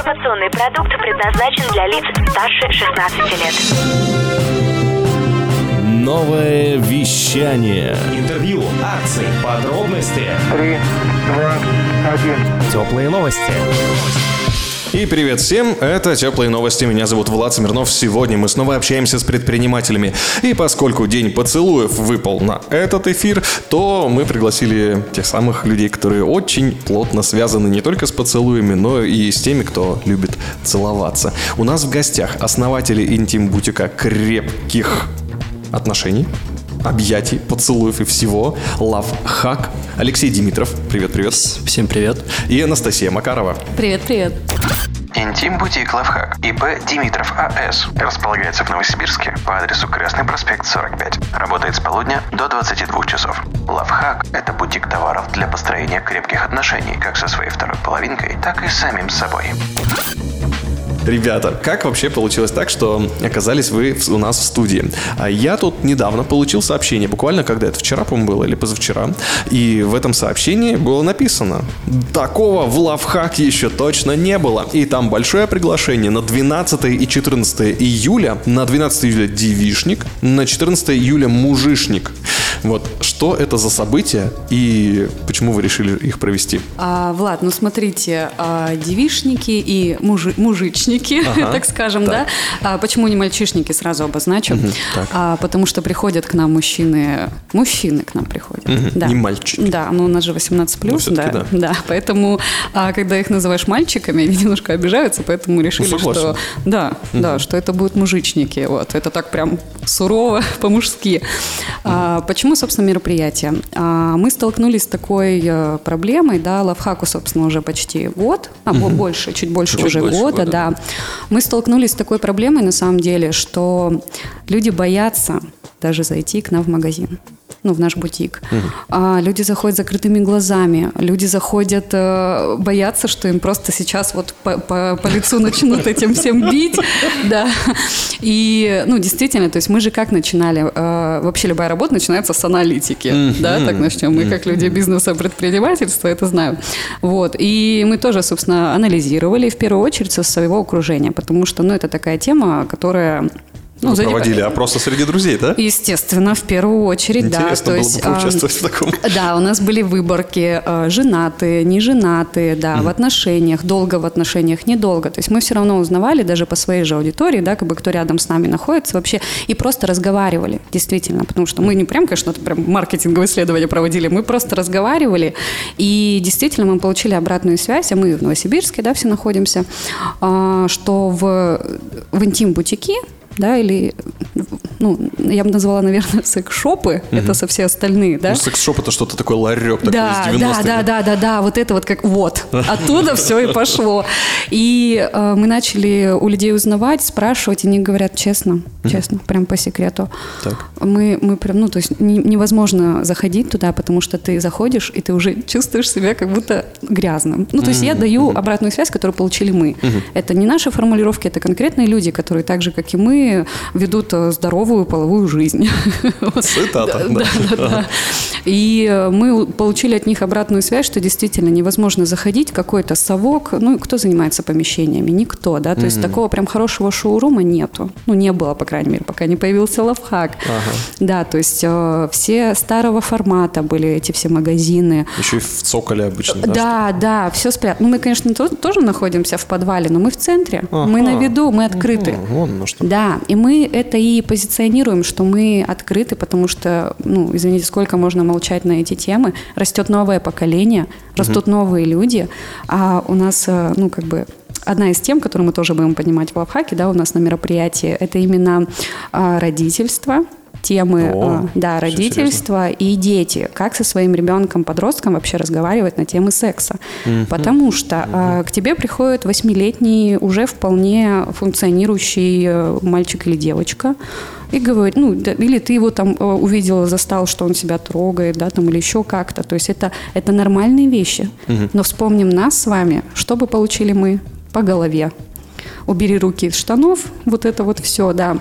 Информационный продукт предназначен для лиц старше 16 лет. Новое вещание. Интервью, акции, подробности. 3, 2, 1. Теплые новости. И привет всем, это «Теплые новости», меня зовут Влад Смирнов. Сегодня мы снова общаемся с предпринимателями. И поскольку День поцелуев выпал на этот эфир, то мы пригласили тех самых людей, которые очень плотно связаны не только с поцелуями, но и с теми, кто любит целоваться. У нас в гостях основатели интим-бутика крепких отношений, объятий, поцелуев и всего, Лавхак, Алексей Димитров. Привет-привет. Всем привет. И Анастасия Макарова. Привет-привет. Интим-бутик Лавхак, ИП Димитров А.С. Располагается в Новосибирске по адресу Красный проспект 45. Работает с полудня до 22 часов. Лавхак – это бутик товаров для построения крепких отношений как со своей второй половинкой, так и с самим собой. Ребята, как вообще получилось так, что оказались вы у нас в студии? Я тут недавно получил сообщение, буквально когда это, вчера, по-моему, было, или позавчера, и в этом сообщении было написано: такого в Лавхак еще точно не было. И там большое приглашение на 12 и 14 июля. На 12 июля девичник, на 14 июля мужишник. Вот, что это за события и почему вы решили их провести? Влад, ну смотрите, девичники и мужичники, так скажем, так. да? Почему не мальчишники, сразу обозначу. Потому что приходят к нам мужчины к нам приходят. Да. Не мальчики. Да, но у нас же 18+, да. Да, поэтому, когда их называешь мальчиками, они немножко обижаются, поэтому решили, что что это будут мужичники. Вот, это так прям сурово, по-мужски. Почему, собственно, мероприятие? Мы столкнулись с такой проблемой, да, Лавхаку, собственно, уже почти год, чуть больше года, да. Мы столкнулись с такой проблемой, на самом деле, что люди боятся даже зайти к нам в магазин. В наш бутик. Люди заходят с закрытыми глазами. Люди заходят, боятся, что им просто сейчас вот по лицу начнут этим всем бить. Да. И, действительно, то есть мы же как начинали? Вообще любая работа начинается с аналитики. Да, так начнем. Мы как люди бизнеса, предпринимательства это знаем. Вот. И мы тоже, собственно, анализировали в первую очередь со своего окружения, потому что, это такая тема, которая... Вы проводили опросы среди друзей, да? Естественно, в первую очередь, интересно да. Интересно было бы поучаствовать в таком. Да, у нас были выборки женатые, неженатые, да, в отношениях, долго в отношениях, недолго. То есть мы все равно узнавали даже по своей же аудитории, да, кто рядом с нами находится вообще, и просто разговаривали, действительно, потому что мы не прям, конечно, прям маркетинговые исследования проводили, мы просто разговаривали, и действительно мы получили обратную связь, а мы в Новосибирске, да, все находимся, что в интим-бутике, да, или, я бы назвала, наверное, секс-шопы, это со все остальные, да? Секс-шоп — это что-то такое, ларек такой из 90-х. Да, вот это вот как оттуда все и пошло. И мы начали у людей узнавать, спрашивать, и они говорят честно, прям по секрету. Так. Мы прям, то есть невозможно заходить туда, потому что ты заходишь, и ты уже чувствуешь себя как будто грязным. То есть я даю обратную связь, которую получили мы. Это не наши формулировки, это конкретные люди, которые так же, как и мы, ведут здоровую половую жизнь. Цитата. Да. И мы получили от них обратную связь, что действительно невозможно заходить, какой-то совок, кто занимается помещениями? Никто, да, то есть такого прям хорошего шоурума нету. Не было, по крайней мере, пока не появился Лавхак. Да, то есть все старого формата были эти все магазины. Еще и в цоколе обычно, да, все спрятано. Мы, конечно, тоже находимся в подвале, но мы в центре, мы на виду, мы открыты. Да, и мы это и позиционируем, что мы открыты, потому что, извините, сколько можно молчать на эти темы. Растет новое поколение, растут новые люди, а у нас, одна из тем, которую мы тоже будем поднимать в Лавхаке, да, у нас на мероприятии, это именно родительство, темы родительства и дети. Как со своим ребенком-подростком вообще разговаривать на темы секса. Потому что к тебе приходит 8-летний уже вполне функционирующий мальчик или девочка и говорит, или ты его там увидел, застал, что он себя трогает, да, там, или еще как-то. То есть это нормальные вещи. Но вспомним нас с вами, что бы получили мы по голове. Убери руки из штанов, вот это вот все, да.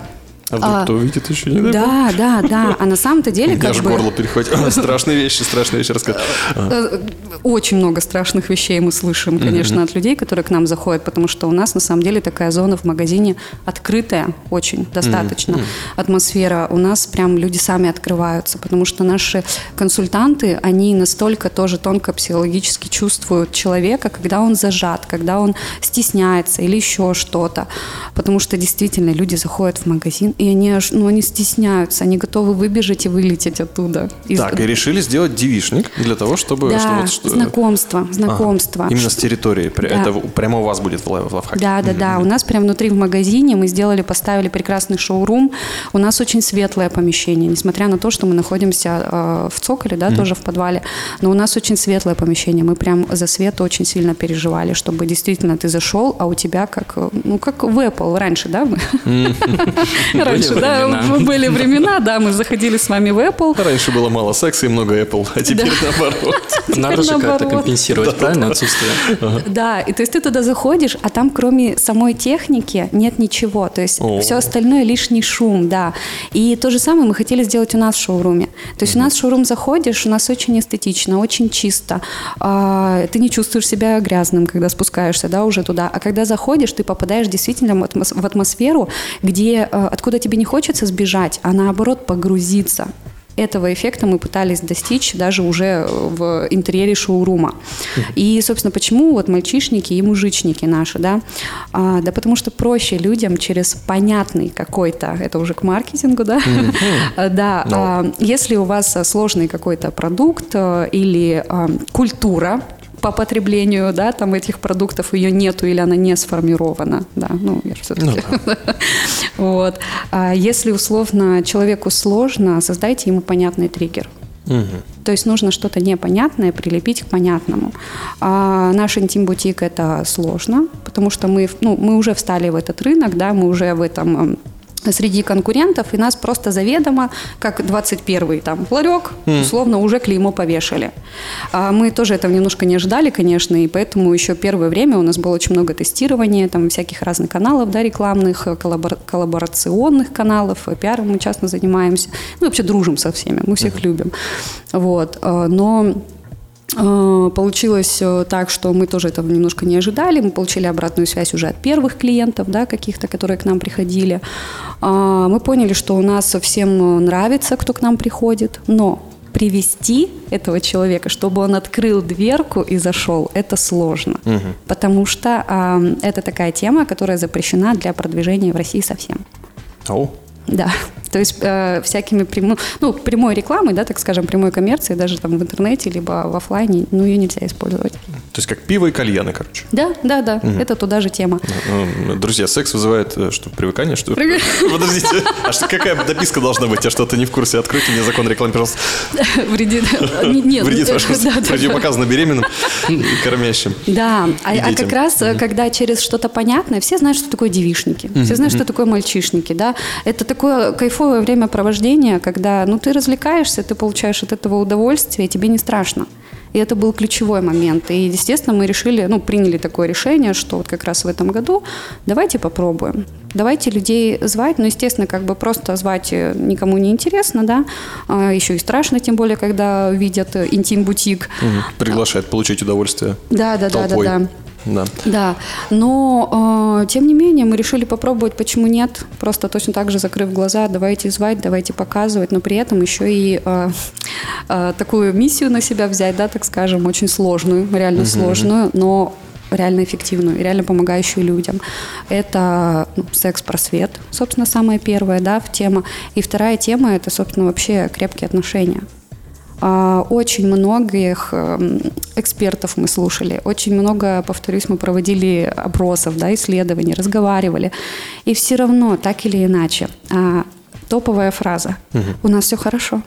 А вдруг кто увидит еще, не дай бог? Да. А на самом-то деле как бы... Аж горло перехватило. Страшные вещи рассказывают. Очень много страшных вещей мы слышим, конечно, от людей, которые к нам заходят, потому что у нас на самом деле такая зона в магазине открытая очень, достаточно. Атмосфера. У нас прям люди сами открываются, потому что наши консультанты, они настолько тоже тонко психологически чувствуют человека, когда он зажат, когда он стесняется или еще что-то. Потому что действительно люди заходят в магазин, и они стесняются, они готовы выбежать и вылететь оттуда. И решили сделать девичник для того, чтобы... Да, знакомство. Именно с территории. Да. Это прямо у вас будет в лайфхаке. Да. У нас прямо внутри в магазине мы поставили прекрасный шоурум. У нас очень светлое помещение, несмотря на то, что мы находимся в цоколе, тоже в подвале. Но у нас очень светлое помещение. Мы прям за свет очень сильно переживали, чтобы действительно ты зашел, а у тебя как в Apple раньше, да? Раньше, были времена, мы заходили с вами в Apple. Раньше было мало секса и много Apple, а теперь наоборот. Надо же как-то компенсировать, правильно, отсутствие? Да, и то есть ты туда заходишь, а там кроме самой техники нет ничего, то есть все остальное лишний шум, да. И то же самое мы хотели сделать у нас в шоуруме. То есть у нас в шоурум заходишь, у нас очень эстетично, очень чисто. Ты не чувствуешь себя грязным, когда спускаешься, уже туда. А когда заходишь, ты попадаешь действительно в атмосферу, откуда тебе не хочется сбежать, а наоборот погрузиться. Этого эффекта мы пытались достичь даже уже в интерьере шоурума. И, собственно, почему мальчишники и мужичники наши, да? Да потому что проще людям через понятный какой-то, это уже к маркетингу, да? Да, если у вас сложный какой-то продукт или культура по потреблению, там этих продуктов ее нету или она не сформирована, я же все-таки. Вот. Если условно человеку сложно, создайте ему понятный триггер. То есть нужно что-то непонятное прилепить к понятному. Наш интим-бутик это сложно, потому что мы уже встали в этот рынок, мы уже в этом среди конкурентов, и нас просто заведомо, как 21-й ларек, условно, уже клеймо повешали. Мы тоже этого немножко не ожидали, конечно, и поэтому еще первое время у нас было очень много тестирования, всяких разных каналов, рекламных, коллаборационных каналов, пиаром мы часто занимаемся, вообще дружим со всеми, мы всех любим. Вот. Но получилось так, что мы тоже этого немножко не ожидали. Мы получили обратную связь уже от первых клиентов, каких-то, которые к нам приходили. Мы поняли, что у нас всем нравится, кто к нам приходит, но привести этого человека, чтобы он открыл дверку и зашел, это сложно. Потому что это такая тема, которая запрещена для продвижения в России совсем. Да, то есть всякими прямой рекламой, так скажем, прямой коммерцией, даже в интернете, либо в офлайне, ее нельзя использовать. То есть как пиво и кальяны, короче. Да, это туда же тема. Друзья, секс вызывает привыкание, что? Подождите, какая дописка должна быть? Я что-то не в курсе. Откройте мне закон рекламы, пожалуйста. Вредит вашим противопоказано беременным и кормящим. Да, а как раз, когда через что-то понятное, все знают, что такое девичники, все знают, что такое мальчишники, да. Это такое кайфовое времяпровождение, когда ты развлекаешься, ты получаешь от этого удовольствие, тебе не страшно. И это был ключевой момент. И, естественно, мы приняли такое решение, что как раз в этом году давайте попробуем. Давайте людей звать. Естественно, просто звать никому не интересно, да. Еще и страшно, тем более, когда видят интим-бутик. Приглашает получить удовольствие. Да. Да, но тем не менее мы решили попробовать, почему нет, просто точно так же закрыв глаза, давайте звать, давайте показывать, но при этом еще и такую миссию на себя взять, так скажем, очень сложную, реально сложную, но реально эффективную, реально помогающую людям. Это секс-просвет, собственно, самая первая, тема. И вторая тема – это, собственно, вообще крепкие отношения. Очень многих экспертов мы слушали, очень много, повторюсь, мы проводили опросов, исследований, разговаривали. И все равно, так или иначе, топовая фраза «У нас все хорошо».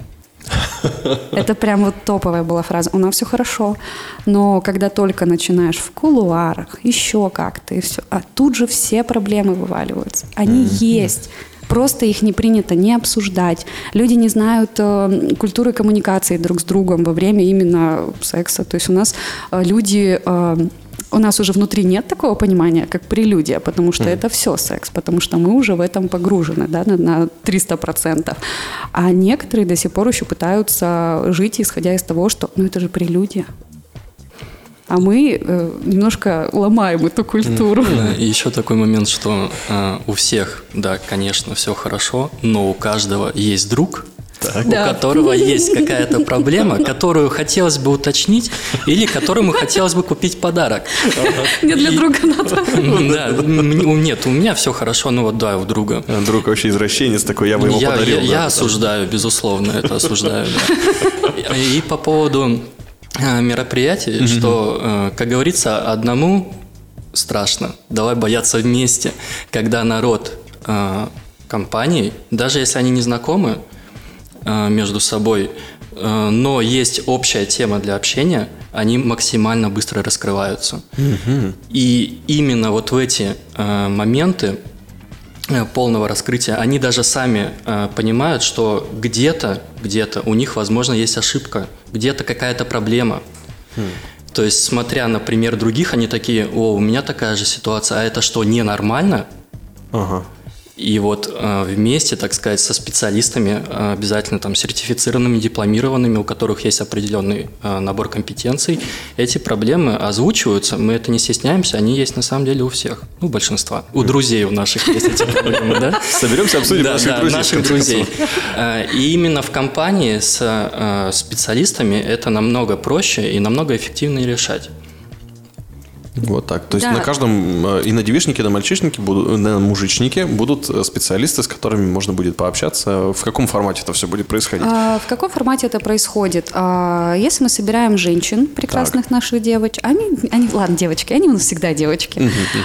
Это прям топовая была фраза. У нас все хорошо. Но когда только начинаешь в кулуарах, еще как-то, и все, а тут же все проблемы вываливаются. Они есть. Просто их не принято не обсуждать. Люди не знают культуры коммуникации друг с другом во время именно секса. То есть у нас люди у нас уже внутри нет такого понимания, как прелюдия, потому что это все секс, потому что мы уже в этом погружены, да, на 300%. А некоторые до сих пор еще пытаются жить, исходя из того, что, это же прелюдия. А мы немножко ломаем эту культуру. Да, и еще такой момент, что у всех, да, конечно, все хорошо, но у каждого есть друг, у которого есть какая-то проблема, которую хотелось бы уточнить или которому хотелось бы купить подарок. Не для друга надо. Да, нет, у меня все хорошо, у друга. Друг вообще извращенец такой, я бы ему подарил. Я осуждаю, безусловно, это осуждаю. И по поводу мероприятий, что, как говорится, одному страшно, давай бояться вместе, когда народ компаний, даже если они не знакомы между собой, но есть общая тема для общения, они максимально быстро раскрываются. И именно вот в эти моменты полного раскрытия они даже сами понимают, что где-то у них, возможно, есть ошибка, где-то какая-то проблема. То есть, смотря на пример других, они такие: у меня такая же ситуация, а это что, ненормально? И вот вместе, так сказать, со специалистами, обязательно там сертифицированными, дипломированными, у которых есть определенный набор компетенций, эти проблемы озвучиваются, мы это не стесняемся, они есть на самом деле у всех, большинства. У друзей у наших есть эти проблемы, да? Соберемся, обсудим наших друзей. И именно в компании с специалистами это намного проще и намного эффективнее решать. Вот так. То есть на каждом, и на девичнике, и на мальчишнике, на мужичнике будут специалисты, с которыми можно будет пообщаться. В каком формате это все будет происходить? В каком формате это происходит? Если мы собираем женщин, прекрасных наших девочек, ладно, девочки, они у нас всегда девочки.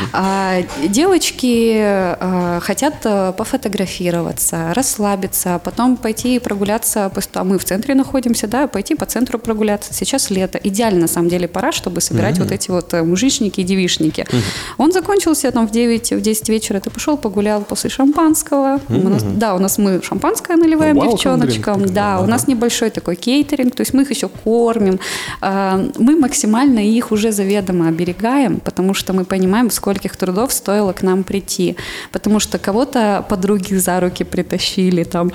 Девочки хотят пофотографироваться, расслабиться, потом пойти прогуляться, а мы в центре находимся, да, пойти по центру прогуляться. Сейчас лето. Идеально, на самом деле, пора, чтобы собирать вот эти вот мужичники и девичники. Он закончился там в 10 вечера, ты пошел погулял после шампанского. У нас мы шампанское наливаем девчоночкам. У нас небольшой такой кейтеринг, то есть мы их еще кормим. Мы максимально их уже заведомо оберегаем, потому что мы понимаем, скольких трудов стоило к нам прийти. Потому что кого-то подруги за руки притащили, там,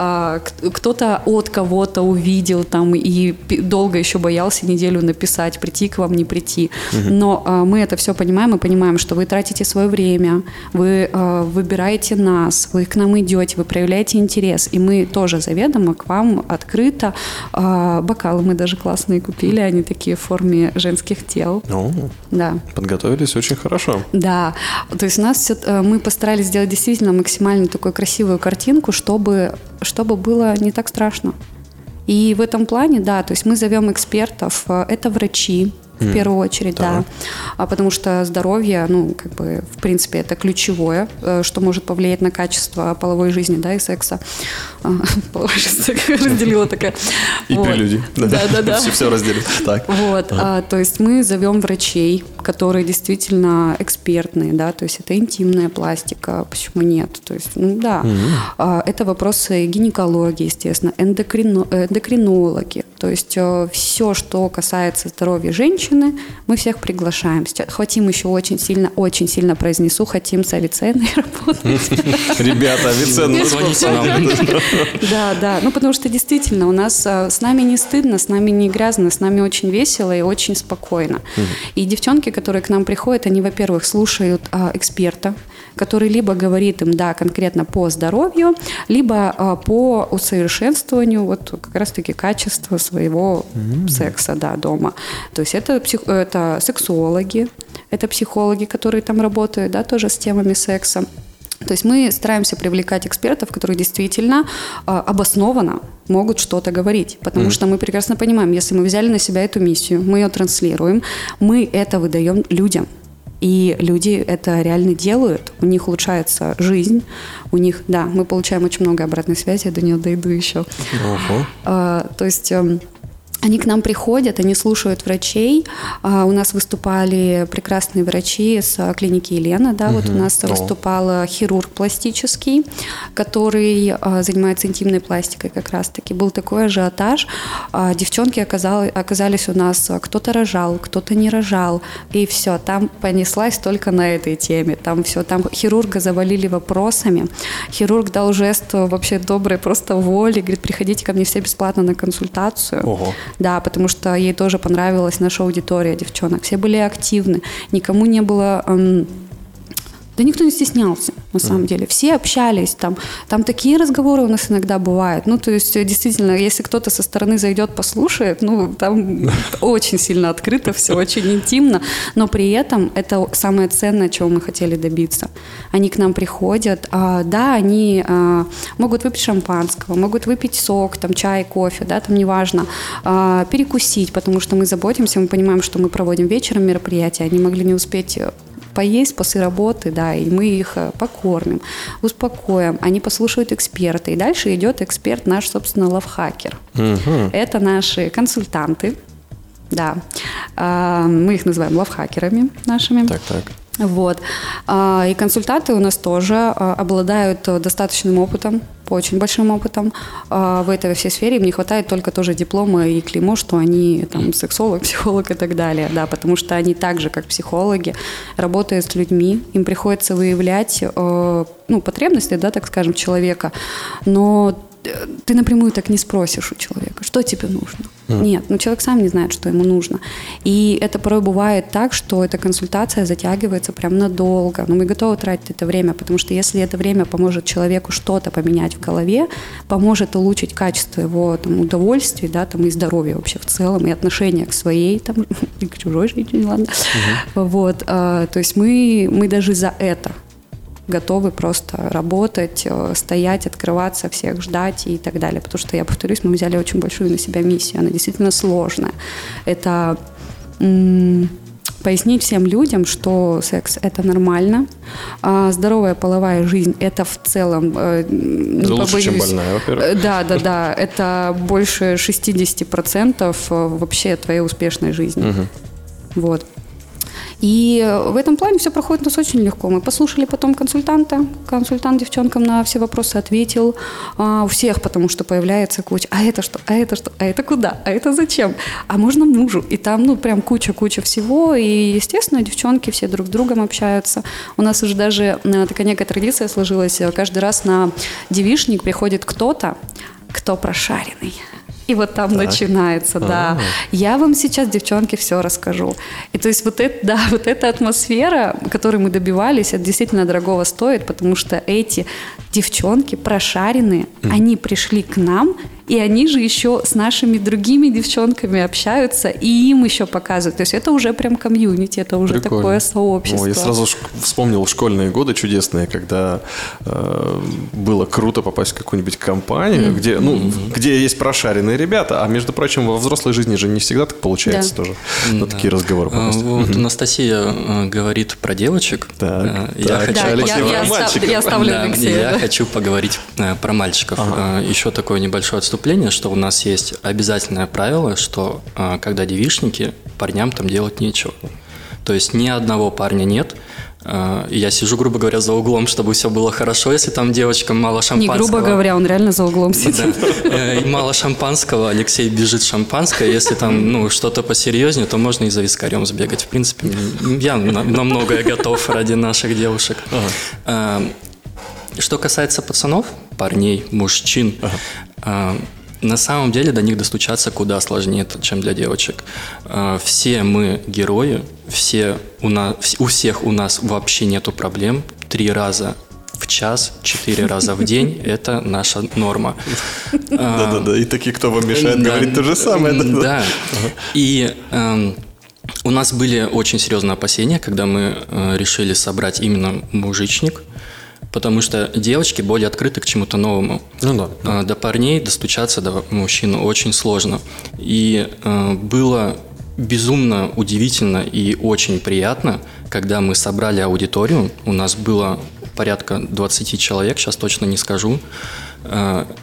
кто-то от кого-то увидел там, и долго еще боялся неделю написать, прийти к вам, не прийти. Но мы это все понимаем и понимаем, что вы тратите свое время, вы выбираете нас, вы к нам идете, вы проявляете интерес, и мы тоже заведомо к вам открыто. Бокалы мы даже классные купили, они такие в форме женских тел. Да. Подготовились очень хорошо. Да, то есть мы постарались сделать действительно максимально такую красивую картинку, чтобы было не так страшно. И в этом плане, да, то есть мы зовем экспертов, это врачи, в первую очередь, да. Потому что здоровье, в принципе, это ключевое, что может повлиять на качество половой жизни, да, и секса. Половой жизнь разделила такая. И прелюдии. Да. Все разделим. Так. То есть мы зовем врачей, которые действительно экспертные, да, то есть это интимная пластика, почему нет? То есть, это вопросы гинекологии, естественно, эндокринологи. То есть все, что касается здоровья женщины, мы всех приглашаем. Хотим еще очень сильно произнесу, хотим с Авиценной работать. Ребята, Авиценна, звоните нам. Да, потому что действительно у нас с нами не стыдно, с нами не грязно, с нами очень весело и очень спокойно. И девчонки, которые к нам приходят, они, во-первых, слушают эксперта, который либо говорит им, да, конкретно по здоровью, либо по усовершенствованию вот как раз-таки качества своего секса, да, дома. То есть это сексологи, это психологи, которые там работают, да, тоже с темами секса. То есть мы стараемся привлекать экспертов, которые действительно обоснованно могут что-то говорить, потому что мы прекрасно понимаем, если мы взяли на себя эту миссию, мы ее транслируем, мы это выдаем людям. И люди это реально делают, у них улучшается жизнь, у них, да, мы получаем очень много обратной связи, я до нее дойду еще. То есть Они к нам приходят, они слушают врачей. У нас выступали прекрасные врачи с клиники Елена. Да, вот у нас выступал хирург пластический, который занимается интимной пластикой как раз-таки. Был такой ажиотаж. Девчонки оказались у нас, кто-то рожал, кто-то не рожал. И все, там понеслась только на этой теме. Там все, там хирурга завалили вопросами. Хирург дал жест вообще доброй просто воли. Говорит, приходите ко мне все бесплатно на консультацию. Ого. Да, потому что ей тоже понравилась наша аудитория девчонок. Все были активны, никому не было... Да никто не стеснялся, на самом деле. Все общались, там такие разговоры у нас иногда бывают. Ну, то есть, действительно, если кто-то со стороны зайдет, послушает, ну, там очень сильно открыто все, очень интимно, но при этом это самое ценное, чего мы хотели добиться. Они к нам приходят, да, они могут выпить шампанского, могут выпить сок, там, чай, кофе, да, там, неважно, перекусить, потому что мы заботимся, мы понимаем, что мы проводим вечером мероприятие, они могли не успеть поесть после работы, да, и мы их покормим, успокоим, они послушают эксперта, и дальше идет эксперт наш, собственно, лавхакер. Это наши консультанты, да, мы их называем лавхакерами нашими. Так. Вот. И консультанты у нас тоже обладают достаточным опытом, очень большим опытом в этой всей сфере. Им не хватает только тоже диплома и клеймо, что они там сексолог, психолог и так далее. Да, потому что они так же, как психологи, работают с людьми. Им приходится выявлять потребности, да, так скажем, человека. Но ты напрямую так не спросишь у человека, что тебе нужно. Нет, человек сам не знает, что ему нужно. И это порой бывает так, что эта консультация затягивается прям надолго. Но мы готовы тратить это время, потому что если это время поможет человеку что-то поменять в голове, поможет улучшить качество его удовольствия, да, и здоровья вообще в целом, и отношения к своей, и к чужой женщине, ладно. Вот, то есть мы даже за это готовы просто работать, стоять, открываться, всех ждать и так далее. Потому что, я повторюсь, мы взяли очень большую на себя миссию. Она действительно сложная. Это пояснить всем людям, что секс – это нормально, здоровая половая жизнь – это в целом… Это лучше, чем больная, во-первых. Да. Это больше 60% вообще твоей успешной жизни. Вот. И в этом плане все проходит у нас очень легко. Мы послушали потом консультанта. Консультант девчонкам на все вопросы ответил. У всех, потому что появляется куча. А это что? А это что? А это куда? А это зачем? А можно мужу? И там, прям куча всего. И, естественно, девчонки все друг с другом общаются. У нас уже даже такая некая традиция сложилась. Каждый раз на девичник приходит кто-то, кто прошаренный. И вот там начинается, да. Я вам сейчас, девчонки, все расскажу. И то есть вот эта атмосфера, которой мы добивались, это действительно дорогого стоит, потому что эти девчонки прошаренные, они пришли к нам, и они же еще с нашими другими девчонками общаются, и им еще показывают. То есть это уже прям комьюнити, это уже такое сообщество. Я сразу вспомнил школьные годы чудесные, когда было круто попасть в какую-нибудь компанию, где есть прошаренные ребята, а между прочим, во взрослой жизни же не всегда так получается тоже. На такие разговоры попасть. Вот Анастасия говорит про девочек. Я ставлю Алексея. Я хочу поговорить про мальчиков. Еще такое небольшое отступление, что у нас есть обязательное правило, что когда девичники, парням там делать нечего. То есть ни одного парня нет. Я сижу, грубо говоря, за углом, чтобы все было хорошо, если там девочкам мало шампанского. Не грубо говоря, он реально за углом сидит. Да. И мало шампанского, Алексей бежит шампанское. Если там что-то посерьезнее, то можно и за вискарем сбегать. В принципе, я на многое готов ради наших девушек. Что касается пацанов, парней, мужчин, на самом деле до них достучаться куда сложнее, чем для девочек. Все мы герои, у всех у нас вообще нету проблем. 3 раза в час, 4 раза в день – это наша норма. Да-да-да, и такие, кто вам мешает говорить то же самое. Да, и у нас были очень серьезные опасения, когда мы решили собрать именно мужичник, потому что девочки более открыты к чему-то новому. До парней достучаться до мужчин очень сложно. И было безумно удивительно и очень приятно, когда мы собрали аудиторию. У нас было порядка 20 человек, сейчас точно не скажу.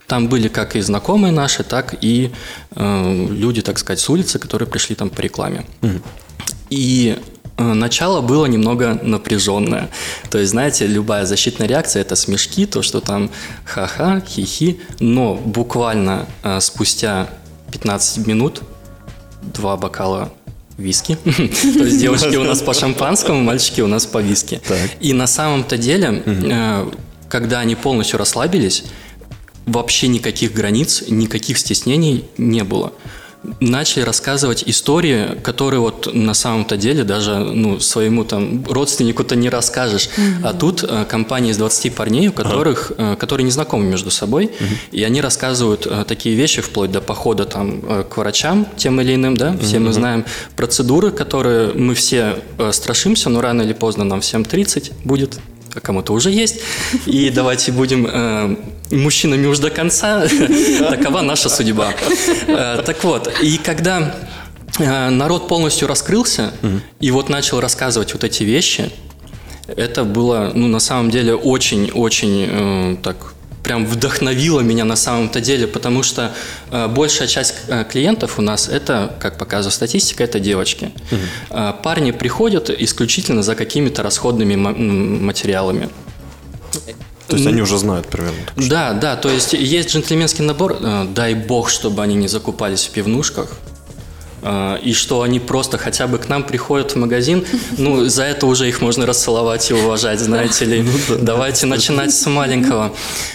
Там были как и знакомые наши, так и люди, так сказать, с улицы, которые пришли там по рекламе. И начало было немного напряженное. То есть, знаете, любая защитная реакция – это смешки, то, что там ха-ха, хи-хи. Но буквально спустя 15 минут 2 бокала виски. То есть девочки у нас по шампанскому, мальчики у нас по виски. И на самом-то деле, когда они полностью расслабились, вообще никаких границ, никаких стеснений не было. Начали рассказывать истории, которые вот на самом-то деле даже своему там родственнику-то не расскажешь. А тут компания из 20 парней, у которых, которые не знакомы между собой, и они рассказывают такие вещи вплоть до похода там к врачам тем или иным, да, все мы знаем процедуры, которые мы все страшимся, но рано или поздно нам всем 30 будет, а кому-то уже есть. И давайте будем мужчинами уж до конца. Такова наша судьба. Так вот, и когда народ полностью раскрылся и вот начал рассказывать вот эти вещи, это было, на самом деле, очень-очень так прям вдохновило меня на самом-то деле, потому что большая часть клиентов у нас это, как показывает статистика, это девочки. Парни приходят исключительно за какими-то расходными материалами. То есть они уже знают примерно. Да, то есть есть джентльменский набор, дай бог, чтобы они не закупались в пивнушках. И что они просто хотя бы к нам приходят в магазин, за это уже их можно расцеловать и уважать, знаете ли. Давайте начинать с маленького.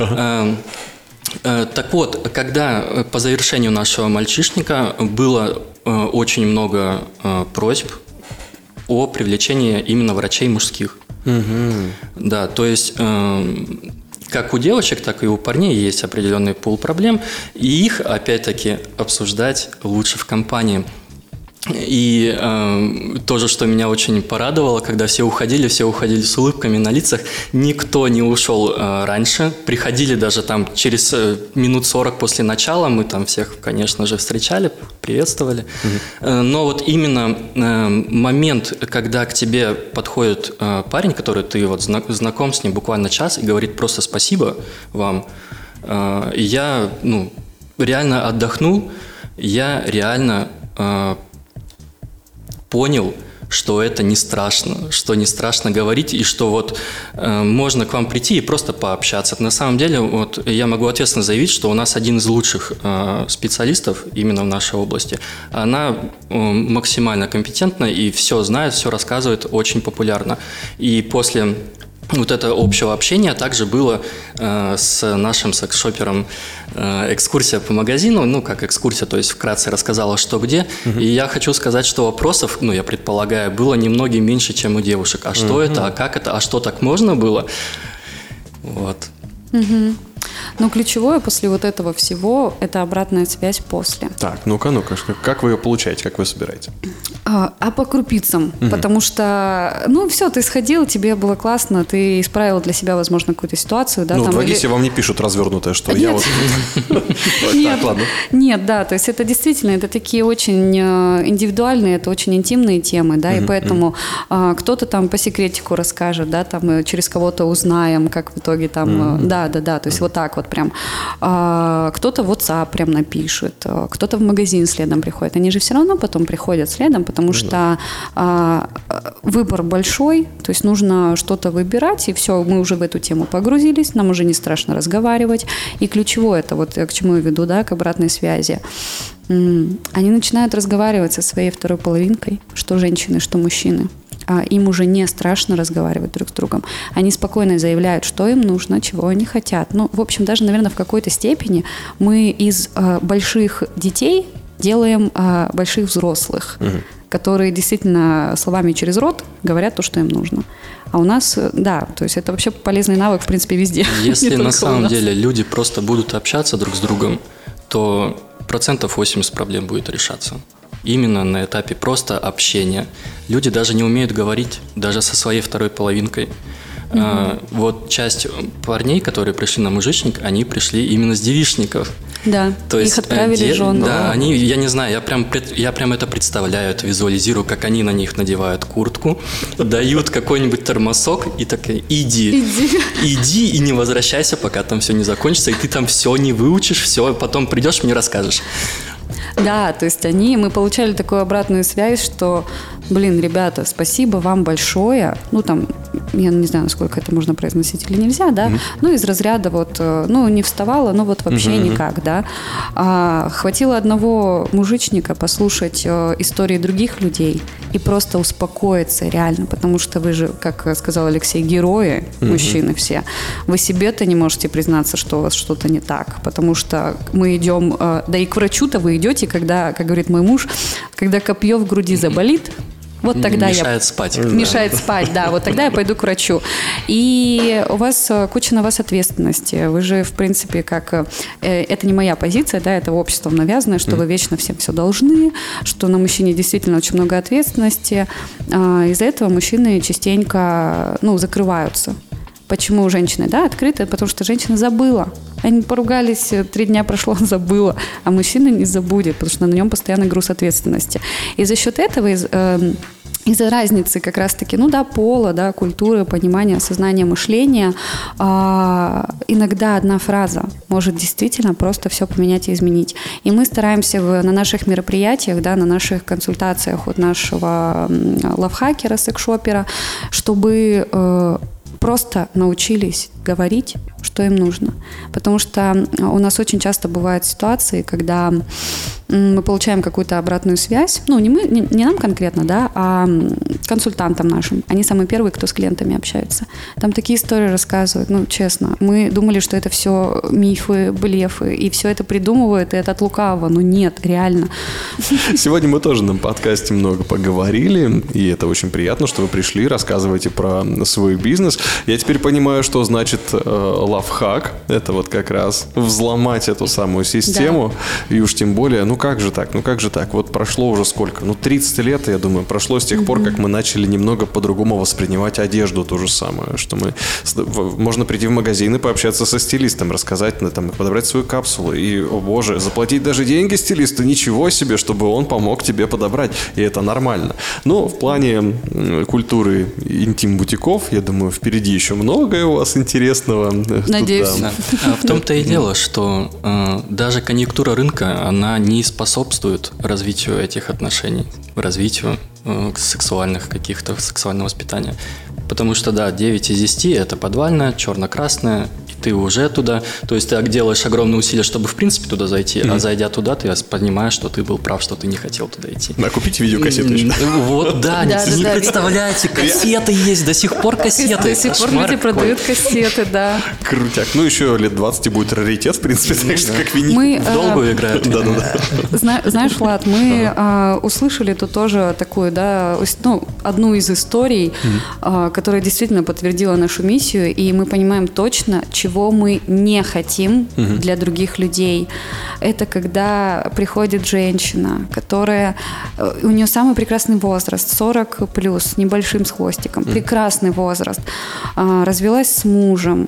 Так вот, когда по завершению нашего мальчишника было очень много просьб о привлечении именно врачей мужских. Да, то есть как у девочек, так и у парней есть определенный пул проблем, и их, опять-таки, обсуждать лучше в компании. И тоже, что меня очень порадовало, когда все уходили с улыбками на лицах, никто не ушел раньше, приходили даже там через минут 40 после начала, мы там всех, конечно же, встречали, приветствовали, но вот именно момент, когда к тебе подходит парень, который ты вот знаком с ним буквально час, и говорит просто спасибо вам, я реально отдохнул, я реально понял, что это не страшно, что не страшно говорить, и что вот можно к вам прийти и просто пообщаться. На самом деле, вот я могу ответственно заявить, что у нас один из лучших специалистов именно в нашей области. Она максимально компетентна и все знает, все рассказывает, очень популярно. И после вот это общего общения также было с нашим секс-шопером экскурсия по магазину, как экскурсия, то есть вкратце рассказала, что где. И я хочу сказать, что вопросов, я предполагаю, было немного меньше, чем у девушек. А что это, а как это, а что так можно было? Вот. Но ключевое после вот этого всего – это обратная связь после. Так, ну-ка, как вы ее получаете, как вы собираете? А по крупицам, потому что, все, ты сходил, тебе было классно, ты исправил для себя, возможно, какую-то ситуацию. Да, в Одессе вам не пишут развернутое, что я вот… Нет, ладно. Нет, да, то есть это действительно, это такие очень индивидуальные, это очень интимные темы, да, и поэтому кто-то там по секретику расскажет, да, там через кого-то узнаем, как в итоге там, да, то есть вот так вот прям. Кто-то в WhatsApp прям напишет, кто-то в магазин следом приходит. Они же все равно потом приходят следом, потому что выбор большой, то есть нужно что-то выбирать, и все, мы уже в эту тему погрузились, нам уже не страшно разговаривать. И ключевое, это вот к чему я веду, да, к обратной связи. Они начинают разговаривать со своей второй половинкой, что женщины, что мужчины. Им уже не страшно разговаривать друг с другом. Они спокойно заявляют, что им нужно, чего они хотят. В общем, даже, наверное, в какой-то степени мы из больших детей делаем больших взрослых, которые действительно словами через рот говорят то, что им нужно. А у нас, да, то есть это вообще полезный навык, в принципе, везде. Если на самом деле люди просто будут общаться друг с другом, то 80% проблем будет решаться. Именно на этапе просто общения. Люди даже не умеют говорить даже со своей второй половинкой. Вот часть парней, которые пришли на мужичник, они пришли именно с девичников. Да, То есть, их отправили жен. Да, они, я не знаю, я прям это представляю, это визуализирую, как они на них надевают куртку, дают какой-нибудь термосок и такая: иди и не возвращайся, пока там все не закончится, и ты там все не выучишь, все, потом придешь, мне расскажешь. Да, то есть мы получали такую обратную связь, что, ребята, спасибо вам большое. Я не знаю, насколько это можно произносить или нельзя, да. Из разряда не вставала, вообще никак, да. Хватило одного мужичника послушать истории других людей и просто успокоиться реально, потому что вы же, как сказал Алексей, герои, мужчины все. Вы себе-то не можете признаться, что у вас что-то не так, потому что мы идем, да и к врачу-то вы идете, когда, как говорит мой муж, когда копье в груди заболит, вот тогда мешает спать. Мешает спать, да. Вот тогда я пойду к врачу. И у вас куча на вас ответственности. Вы же, в принципе, это не моя позиция, да, это обществом навязано, что вы вечно всем все должны, что на мужчине действительно очень много ответственности. Из-за этого мужчины частенько, закрываются. Почему женщины, да, открыты? Потому что женщина забыла. Они поругались, 3 дня прошло, он забыла. А мужчина не забудет, потому что на нем постоянный груз ответственности. И за счет этого из-за разницы как раз-таки, пола, да, культуры, понимания, сознания, мышления, иногда одна фраза может действительно просто все поменять и изменить. И мы стараемся на наших мероприятиях, да, на наших консультациях от нашего лавхакера, секшопера, чтобы просто научились говорить, что им нужно. Потому что у нас очень часто бывают ситуации, когда мы получаем какую-то обратную связь, не нам конкретно, да, а консультантам нашим. Они самые первые, кто с клиентами общаются. Там такие истории рассказывают, честно. Мы думали, что это все мифы, блефы, и все это придумывают, и это от лукавого. Нет, реально. Сегодня мы тоже на подкасте много поговорили, и это очень приятно, что вы пришли, рассказываете про свой бизнес. Я теперь понимаю, что значит лавхак. Это вот как раз взломать эту самую систему, да. И уж тем более, как же так? Вот прошло уже сколько? 30 лет, я думаю, прошло с тех пор, как мы начали немного по-другому воспринимать одежду, то же самое, что можно прийти в магазин и пообщаться со стилистом, рассказать, подобрать свою капсулу, и, о боже, заплатить даже деньги стилисту, ничего себе, чтобы он помог тебе подобрать, и это нормально. Но в плане культуры интим-бутиков, я думаю, впереди еще многое у вас интересного. Надеюсь. Да. В том-то и дело, что даже конъюнктура рынка, она не способствует развитию этих отношений, развитию сексуального воспитания. Потому что, да, 9 из 10 – это подвальное, черно-красное, и ты уже туда. То есть ты делаешь огромные усилия, чтобы, в принципе, туда зайти, а зайдя туда, ты понимаешь, что ты был прав, что ты не хотел туда идти. Да, купите видеокассеты еще. Вот, да, не представляете, кассеты есть, до сих пор кассеты. До сих пор люди продают кассеты, да. Крутяк. Еще лет 20 будет раритет, в принципе, так что как винил. В долгую играют. Знаешь, Влад, мы услышали тут тоже такую, да, одну из историй, которая действительно подтвердила нашу миссию, и мы понимаем точно, чего мы не хотим для других людей. Это когда приходит женщина, которая... У нее самый прекрасный возраст, 40 плюс, с небольшим, с хвостиком. Прекрасный возраст. Развелась с мужем.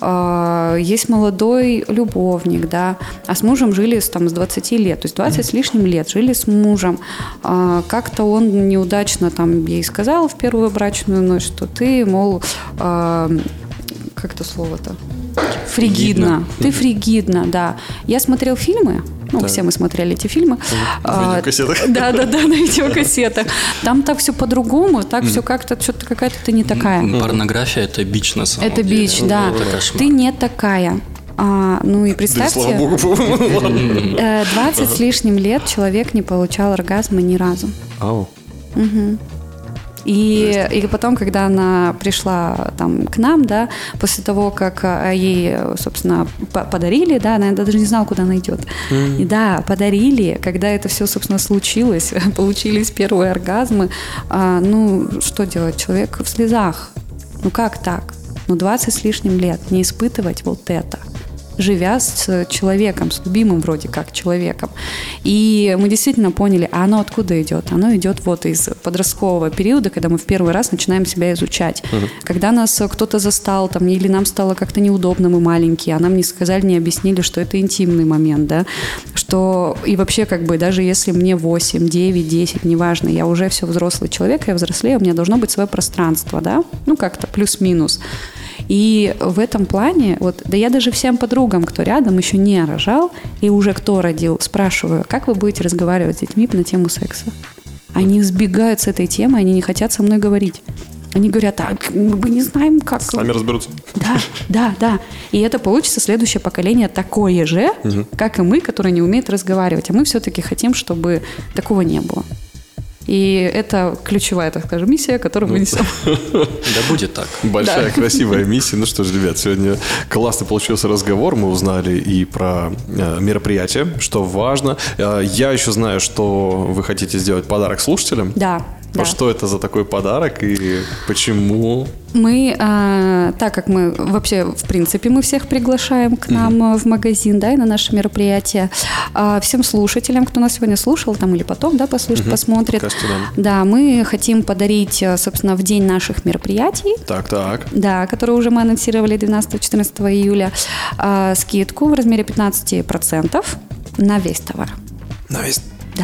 Есть молодой любовник, да. А с мужем жили с 20 лет. То есть 20 с лишним лет жили с мужем. Как-то он неудачно ей сказал в первую брачную ночь, что ты, мол, как это слово-то? Фригидна. Ты фригидна, да. Я смотрел фильмы, все мы смотрели эти фильмы. На видеокассетах. Да, на видеокассетах. Там так все по-другому, так все как-то, что-то какая-то ты не такая. Порнография – это бич, на самом деле. Это бич, да. Ты не такая. И представьте, да, слава богу. 20 с лишним лет человек не получал оргазма ни разу. Ау. И потом, когда она пришла к нам, да, после того, как ей, собственно, подарили, да, она даже не знала, куда она идет. И да, подарили, когда это все, собственно, случилось, получились первые оргазмы, что делать? Человек в слезах. Как так? 20 с лишним лет не испытывать вот это. живя с человеком, с любимым вроде как человеком. И мы действительно поняли, а оно откуда идет? Оно идет вот из подросткового периода, когда мы в первый раз начинаем себя изучать. Когда нас кто-то застал, там, или нам стало как-то неудобно, мы маленькие, а нам не сказали, не объяснили, что это интимный момент, да, что и вообще как бы даже если мне 8, 9, 10, неважно, я уже все взрослый человек, я взрослею, у меня должно быть свое пространство, да, ну как-то плюс-минус. И в этом плане, вот, да я даже всем подругам, кто рядом еще не рожал, и уже кто родил, спрашиваю, как вы будете разговаривать с детьми на тему секса? Они сбегают с этой темы, они не хотят со мной говорить. Они говорят, так, мы не знаем, как... Сами разберутся. Да. И это получится следующее поколение такое же, как и мы, которые не умеют разговаривать. А мы все-таки хотим, чтобы такого не было. И это ключевая, так скажем, миссия, которую мы несем. Да будет так. Большая, красивая миссия. Ну что ж, ребят, сегодня классно получился разговор. Мы узнали и про мероприятие, что важно. Я еще знаю, что вы хотите сделать подарок слушателям. Да. Что это за такой подарок и почему? Мы, так как мы вообще, в принципе, мы всех приглашаем к нам в магазин, да, и на наше мероприятие, всем слушателям, кто нас сегодня слушал, там или потом, да, послушает, посмотрит. Да, мы хотим подарить, собственно, в день наших мероприятий. Так. Да, которые уже мы анонсировали 12-14 июля, скидку в размере 15% на весь товар. На весь? Да.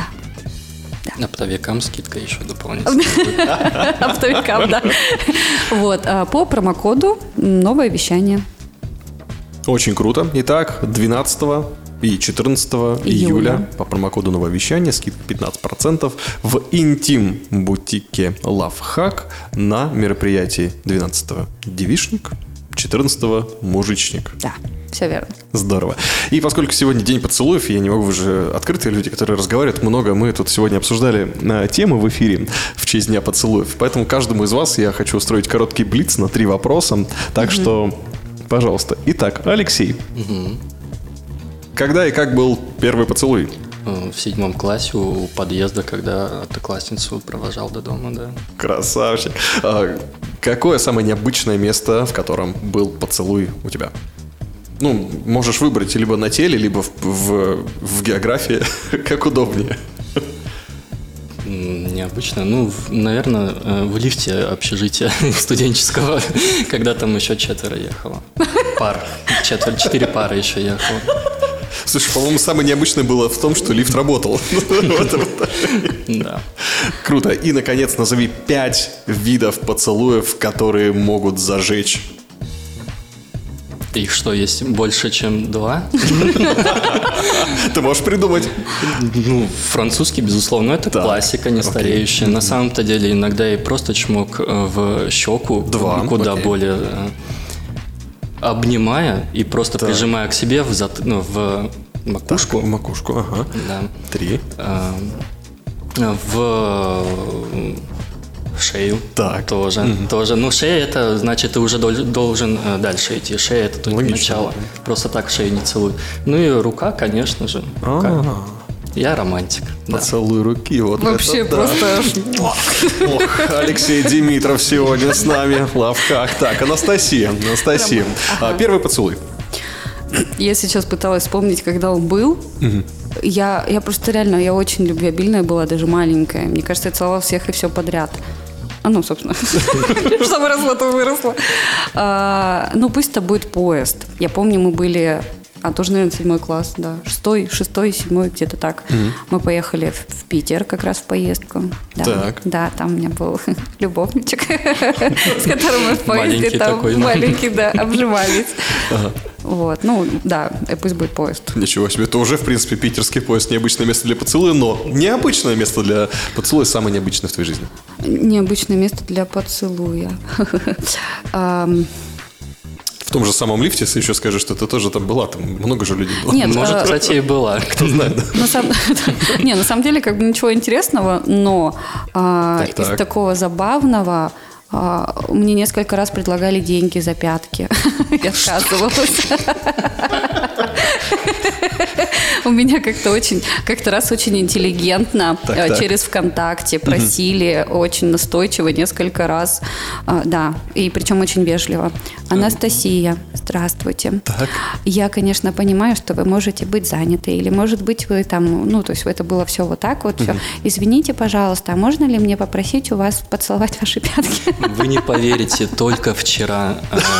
Оптовикам скидка еще дополнительная. Оптовикам, да. Вот, по промокоду «Новое вещание». Очень круто. Итак, 12 и 14 июля по промокоду «Новое вещание» скидка 15% в интим-бутике Love Hack на мероприятии 12-го девичник, 14-го мужичник. Да. Все верно. Здорово. И поскольку сегодня день поцелуев, я не могу, вы же открытые люди, которые разговаривают много, мы тут сегодня обсуждали темы в эфире в честь Дня поцелуев. Поэтому каждому из вас я хочу устроить короткий блиц на 3 вопроса. Так что, пожалуйста. Итак, Алексей. Когда и как был первый поцелуй? В 7 классе у подъезда, когда одноклассницу провожал до дома, да. Красавчик. Какое самое необычное место, в котором был поцелуй у тебя? Ну, можешь выбрать либо на теле, либо в географии, как удобнее. Необычно. Ну, наверное, в лифте общежития студенческого, когда там еще 4 ехало. 4 пары еще ехало. Слушай, по-моему, самое необычное было в том, что лифт работал. Да. Круто. И, наконец, назови 5 видов поцелуев, которые могут зажечь. Их что, есть больше, чем 2? Ты можешь придумать. Ну, французский, безусловно, это классика, не стареющая. На самом-то деле, иногда и просто чмок в щеку, куда более обнимая и просто прижимая к себе в макушку. В макушку, ага. Да. 3. В шею. Так. Тоже. Ну, шея, это значит, ты уже должен дальше идти. Шея, это только логично, начало. Просто так шею не целуют. Ну и рука, конечно же. Рука. Я романтик. Поцелуй руки. Вот вообще это, просто... Ох, Алексей Димитров сегодня с нами. Лавхак. Так, Анастасия. Первый поцелуй. Я сейчас пыталась вспомнить, когда он был. Я просто реально, я очень любвеобильная была, даже маленькая. Мне кажется, я целовала всех и все подряд. Ну, собственно, что выросло, то выросло. Ну, пусть это будет поезд. Я помню, мы были... тоже, наверное, 7 класс, да. 6, 7, где-то так. Мы поехали в Питер как раз в поездку. Так. Да, там у меня был любовничек, с которым мы в поезде там маленький, да, обжимались. Вот, ну, да, пусть будет поезд. Ничего себе, это уже, в принципе, питерский поезд. Необычное место для поцелуя, но необычное место для поцелуя самое необычное в твоей жизни. Необычное место для поцелуя. В том же самом лифте, если еще скажешь, что ты тоже там была, там много же людей было. Нет, может, кстати, и была, кто знает. Не, на самом деле, как бы ничего интересного, но из такого забавного мне несколько раз предлагали деньги за пятки. Я отказывалась. У меня как-то раз очень интеллигентно через ВКонтакте просили очень настойчиво несколько раз, да, и причем очень вежливо. Анастасия, здравствуйте. Так. Я, конечно, понимаю, что вы можете быть заняты, или, может быть, вы там, ну, то есть это было все вот так вот, все. Извините, пожалуйста, а можно ли мне попросить у вас поцеловать ваши пятки? Вы не поверите, только вчера,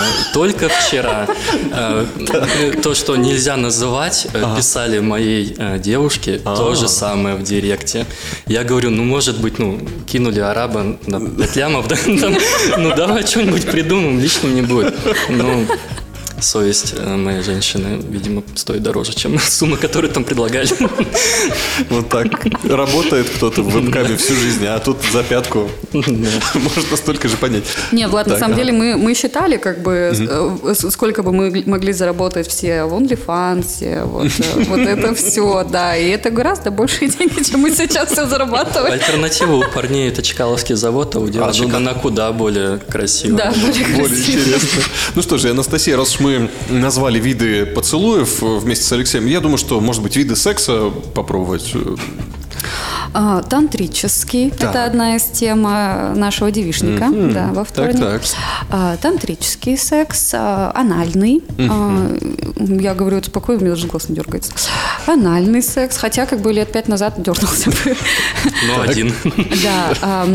то, что нельзя называть, писали моей девушке то же самое в директе. Я говорю, ну, может быть, кинули араба на 5 лямов, да, ну, давай что-нибудь придумаем, лично не будет. Ну, совесть моей женщины, видимо, стоит дороже, чем сумма, которую там предлагали. Вот так работает кто-то в вебкаме всю жизнь, а тут за пятку можно столько же понять. Нет, Влад, на самом деле мы считали, как бы, сколько бы мы могли заработать все в OnlyFans, вот это все, да, и это гораздо большие деньги, чем мы сейчас все зарабатываем. Альтернатива у парней — это Чкаловский завод, а у девочек она куда более красивая. Да, более интересно. Ну что же, Анастасия, раз уж мы назвали виды поцелуев вместе с Алексеем, я думаю, что, может быть, виды секса попробовать. Тантрический. Да. Это одна из тем нашего девичника, да, во вторник. Так. Тантрический секс, анальный. Я говорю это спокойно, у меня даже глаз не дергается. Анальный секс, хотя как бы лет 5 назад дернулся бы. Ну, один. Да.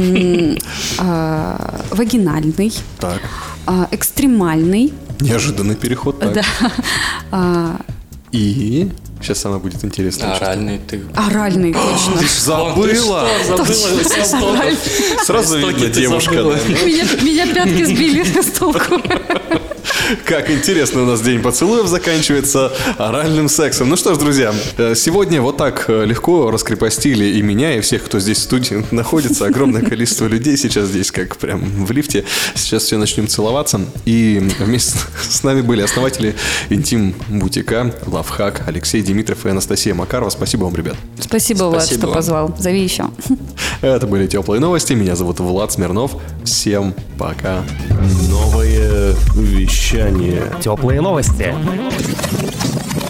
Вагинальный. Так. Экстремальный. Неожиданный переход. Так. Да. И сейчас самое будет интересно. Оральный ты. Оральный, точно. Ты забыла? Забыла. Сразу видно девушка. Меня пятки сбили с толку. Как интересно, у нас день поцелуев заканчивается оральным сексом. Ну что ж, друзья, сегодня вот так легко раскрепостили и меня, и всех, кто здесь в студии находится. Огромное количество людей сейчас здесь, как прям в лифте. Сейчас все начнем целоваться. И вместе с нами были основатели интим-бутика Лавхак, Алексей Димитров и Анастасия Макарова. Спасибо вам, ребят. Спасибо, Влад, что позвал. Зови еще. Это были теплые новости. Меня зовут Влад Смирнов. Всем пока. Новое вещание. Теплые новости.